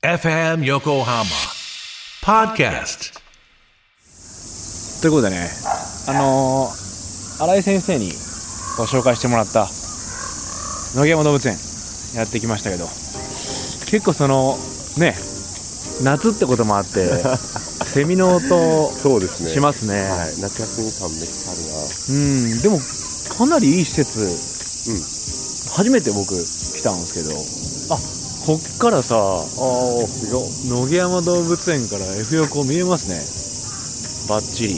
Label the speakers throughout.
Speaker 1: FM Yokohama Podcast
Speaker 2: ということでね、新井先生にご紹介してもらった野毛山動物園やってきましたけど、結構そのね、夏ってこともあってセミの音
Speaker 3: そうですね。
Speaker 2: しますね。
Speaker 3: はい、夏休み感めっちゃあるな。
Speaker 2: でもかなりいい施設、初めて僕来たんですけど、こっからさ、野毛山動物園から F 横見えますね、バッチリ。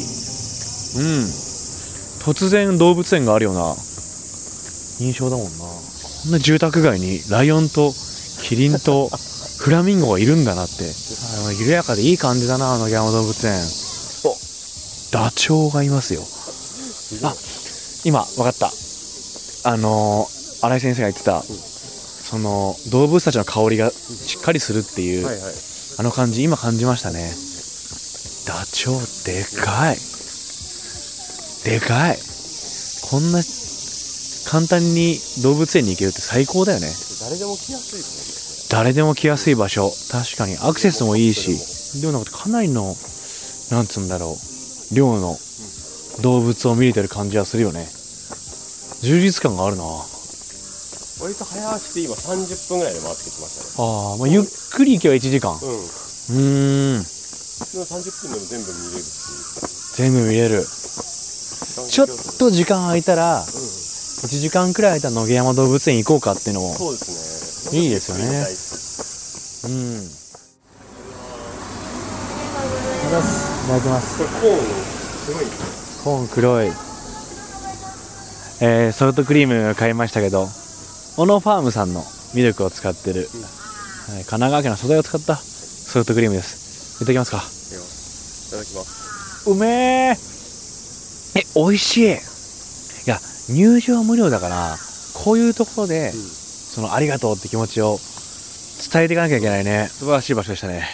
Speaker 2: 突然動物園があるような印象だもんな。こんな住宅街にライオンとキリンとフラミンゴがいるんだなって。緩やかでいい感じだな、野毛山動物園。ダチョウがいますよ。今分かった。新井先生が言ってた、その動物たちの香りがしっかりするっていう、あの感じ、今感じましたね。ダチョウでかい、でかい。こんな簡単に動物園に行けるって最高だよね。
Speaker 3: 誰でも来やすいです
Speaker 2: 誰でも来やすい場所、確かにアクセスもいいし、でもなんかかなりのなんつうんだろう、量の動物を見れてる感じはするよね。充実感があるな。
Speaker 3: 割と早足で今30分ぐらいで回ってきましたね。
Speaker 2: ゆっくり行けば1時間。
Speaker 3: その30分でも全部見れるし。
Speaker 2: 全部見れる。ちょっと時間空いたら、1時間くらい空いたら野毛山動物園行こうかっていうのも
Speaker 3: そうですね。
Speaker 2: いいですよね。いただきます。
Speaker 3: これコーン黒い。
Speaker 2: コーン黒い。ソルトクリーム買いましたけど、小野ファームさんのミルクを使ってる、神奈川県の素材を使ったソルトクリームです。いただきますか。
Speaker 3: いただきます。
Speaker 2: うめー。美味しい。いや、入場無料だから、こういうところで、そのありがとうって気持ちを伝えていかなきゃいけないね。素晴らしい場所でしたね。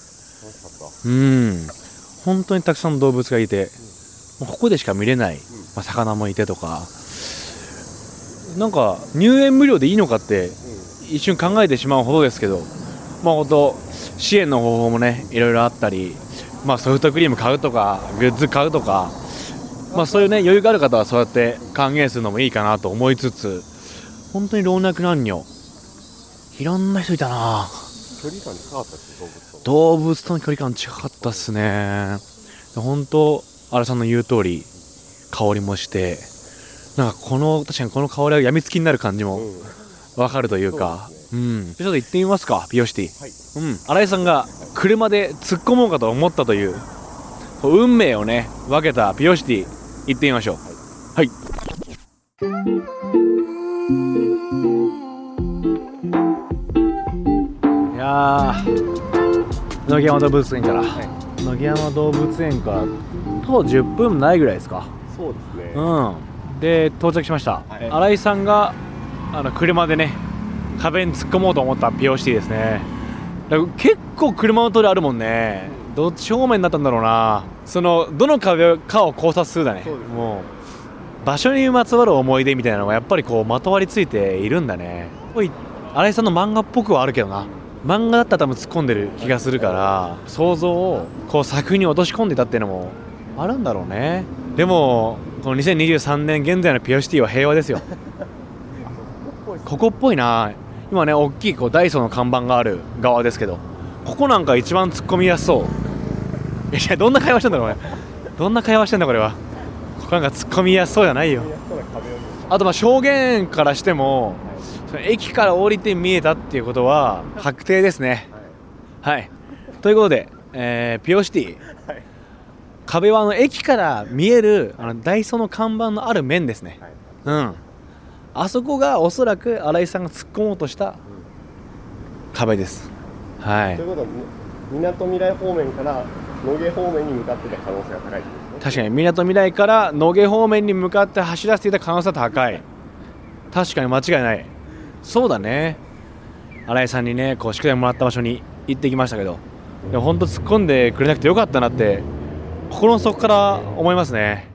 Speaker 2: 本当にたくさんの動物がいて、ここでしか見れない、魚もいてとか、なんか入園無料でいいのかって一瞬考えてしまうほどですけど、本当支援の方法もね、いろいろあったり、ソフトクリーム買うとかグッズ買うとか、そういうね、余裕がある方はそうやって還元するのもいいかなと思いつつ、本当に老若男女いろんな人いたな。
Speaker 3: 距離感近かったです。
Speaker 2: 動物との距離感近かったっすね。本当新井さんの言う通り、香りもして、なんか確かにこの香りは病みつきになる感じも分かるというか、ちょっと行ってみますか、ピオシティ。新井さんが車で突っ込もうかと思ったという運命をね分けたピオシティ、行ってみましょう。はい。いやー、野毛山動物園から、野毛山動物園から徒歩10分ないぐらいですか。
Speaker 3: そうですね。
Speaker 2: で到着しました。新井さんが車でね、壁に突っ込もうと思ったピオシティですね。だから結構車の通りあるもんね。どっち方面になったんだろうな。そのどの壁かを考察するだね。もう場所にまつわる思い出みたいなのがやっぱりこうまとわりついているんだね。新井さんの漫画っぽくはあるけどな。漫画だったら多分突っ込んでる気がするから、想像をこう作品に落とし込んでたっていうのもあるんだろうね。でもこの2023年現在のピオシティは平和ですよ。ここっぽいな。今ね、大きいダイソーの看板がある側ですけど、ここなんか一番突っ込みやすそう。いや、どんな会話してんだろうね。どんな会話してんだこれは。ここなんか突っ込みやすそうじゃないよ。あと証言からしても、駅から降りて見えたっていうことは確定ですね。はい。ということで、ピオシティ、壁は駅から見えるダイソーの看板のある面ですね。あそこがおそらく新井さんが突っ込もうとした壁です。はい。
Speaker 3: ということはみなとみらい方面から野毛方面に向かってた可能性が高いですね。
Speaker 2: 確かにみなとみらいから野毛方面に向かって走らせていた可能性は高い。確かに間違いない。そうだね。新井さんにね、宿題もらった場所に行ってきましたけど、本当突っ込んでくれなくてよかったなって心の底から思いますね。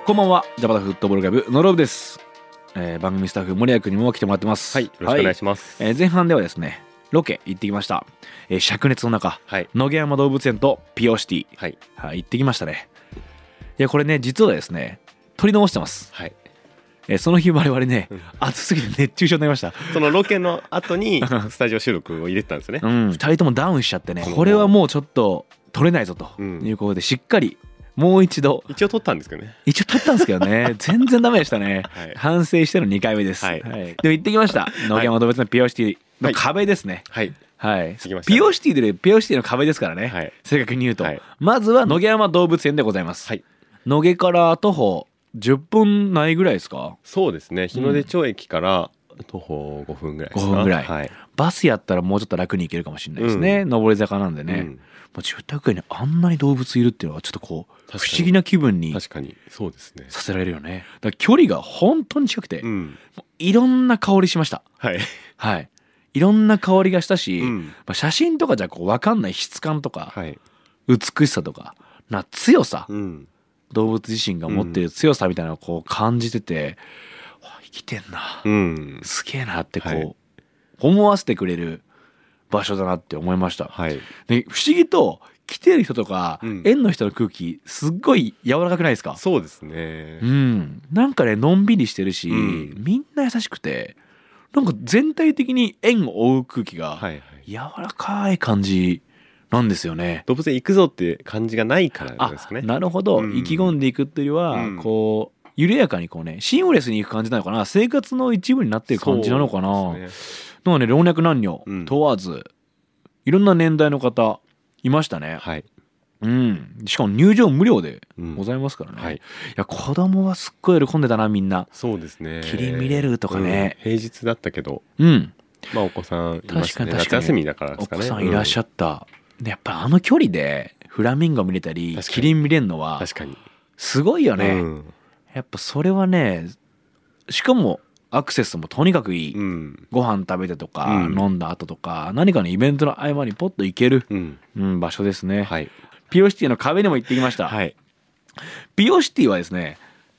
Speaker 2: こんばんは、ジャパタフットボールクラブのロブです。番組スタッフ森谷君にも来てもらってます。
Speaker 3: はい、よろしくお願いします。
Speaker 2: 前半ではですね、ロケ行ってきました。灼熱の中、野毛山動物園とピオシティ、行ってきましたね。いや、これね、実はですね、撮り直してます。その日我々ね、暑すぎて熱中症になりました。
Speaker 3: そのロケの後にスタジオ収録を入れてたんですね。
Speaker 2: 2人ともダウンしちゃってね、これはもうちょっと撮れないぞということで、しっかりもう一度
Speaker 3: 一応撮ったんですけどね。
Speaker 2: 全然ダメでしたね。反省しての2回目です。でも行ってきました。野毛山動物園のピオシティの壁ですね。ピオシティの壁ですからね、正確に言うと、まずは野毛山動物園でございます。野毛から徒歩10分ないぐらいですか？そうですね、
Speaker 3: 日の出町駅から徒歩5分ぐらいですか。
Speaker 2: 5分ぐらい、バスやったらもうちょっと楽に行けるかもしれないですね、上り坂なんでね。住宅街にあんなに動物いるっていうのはちょっとこう不思議な気分にさせられるよね。だから距離が本当に近くて、いろんな香りしました。いろんな香りがしたし、写真とかじゃこう分かんない質感とか、美しさとか強さ、動物自身が持っている強さみたいなのをこう感じてて、生きてんな、すげえなってこう思わせてくれる場所だなって思いました。で不思議と来てる人とか、園の人の空気すっごい柔らかくないですか？
Speaker 3: そうですね。
Speaker 2: なんかね、のんびりしてるし、みんな優しくて、なんか全体的に園を覆う空気が柔らかい感じなんですよね。
Speaker 3: 動物園行くぞって感じがないからですかね。
Speaker 2: なるほど、意気込んでいくっていうよりは、こう緩やかにこうね、シームレスに行く感じなのかな、生活の一部になっている感じなのかな。なんかね、老若男女問わず、いろんな年代の方いましたね。しかも入場無料でございますからね。いや、子供はすっごい喜んでたな、みんな。
Speaker 3: そうですね。
Speaker 2: キリン見れるとかね。
Speaker 3: 平日だったけど、まあお子さんいましたね。夏休みだからですかね。
Speaker 2: お子さんいらっしゃった。でやっぱあの距離でフラミンゴ見れたりキリン見れるのはすごいよね。やっぱそれはね、しかもアクセスもとにかくいい。ご飯食べてとか、飲んだ後とか何かのイベントの合間にポッと行ける、場所ですね。ピオシティの壁にも行ってきました。ピオシティはですね、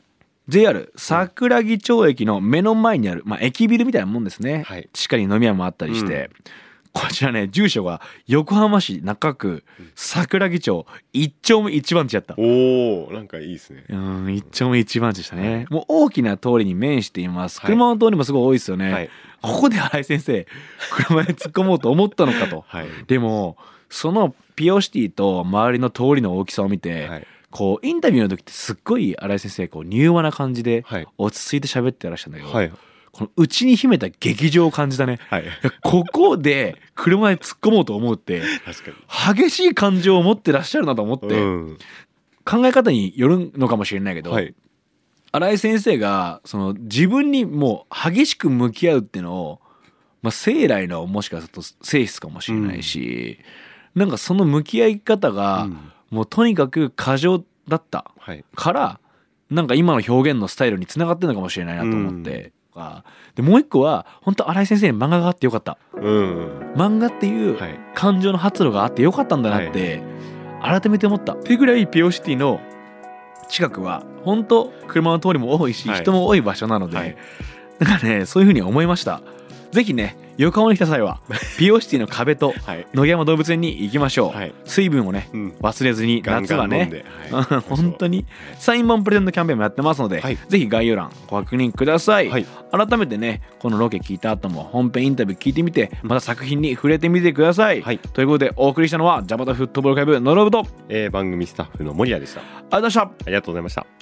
Speaker 2: JR 桜木町駅の目の前にある、駅ビルみたいなもんですね。地下に飲み屋もあったりして、こちらね、住所が横浜市中区桜木町1丁目1番地やった。
Speaker 3: おお、なんかいいですね。
Speaker 2: 1丁目1番地でしたね。もう大きな通りに面しています。車の通りもすごい多いですよね。ここで新井先生車で突っ込もうと思ったのかと。でもそのピオシティと周りの通りの大きさを見て、こうインタビューの時ってすっごい新井先生こう柔和な感じで落ち着いて喋ってらっしゃるんだけど、この内に秘めた劇場を感じたね。ここで車で突っ込もうと思うって激しい感情を持ってらっしゃるなと思って、考え方によるのかもしれないけど、新井先生がその自分にもう激しく向き合うっていうのを、生来のもしかすると性質かもしれないし、なんかその向き合い方がもうとにかく過剰だったから、なんか今の表現のスタイルにつながってるのかもしれないなと思って。でもう一個は本当新井先生に漫画があってよかった、漫画っていう感情の発露があってよかったんだなって改めて思った。っていうぐらいピオシティの近くは本当車の通りも多いし、人も多い場所なので、なんかね、そういう風に思いました。ぜひね、横浜に来た際はピオシティの壁と野毛山動物園に行きましょう。水分をね、忘れずに、夏はね本当にサイン本プレゼントキャンペーンもやってますので、ぜひ概要欄ご確認ください。改めてね、このロケ聞いた後も本編インタビュー聞いてみて、また作品に触れてみてください。ということでお送りしたのはジャパタフットボールクラブのロブと、
Speaker 3: 番組スタッフの森谷でした。
Speaker 2: ありがとうございました。
Speaker 3: ありがとうございました。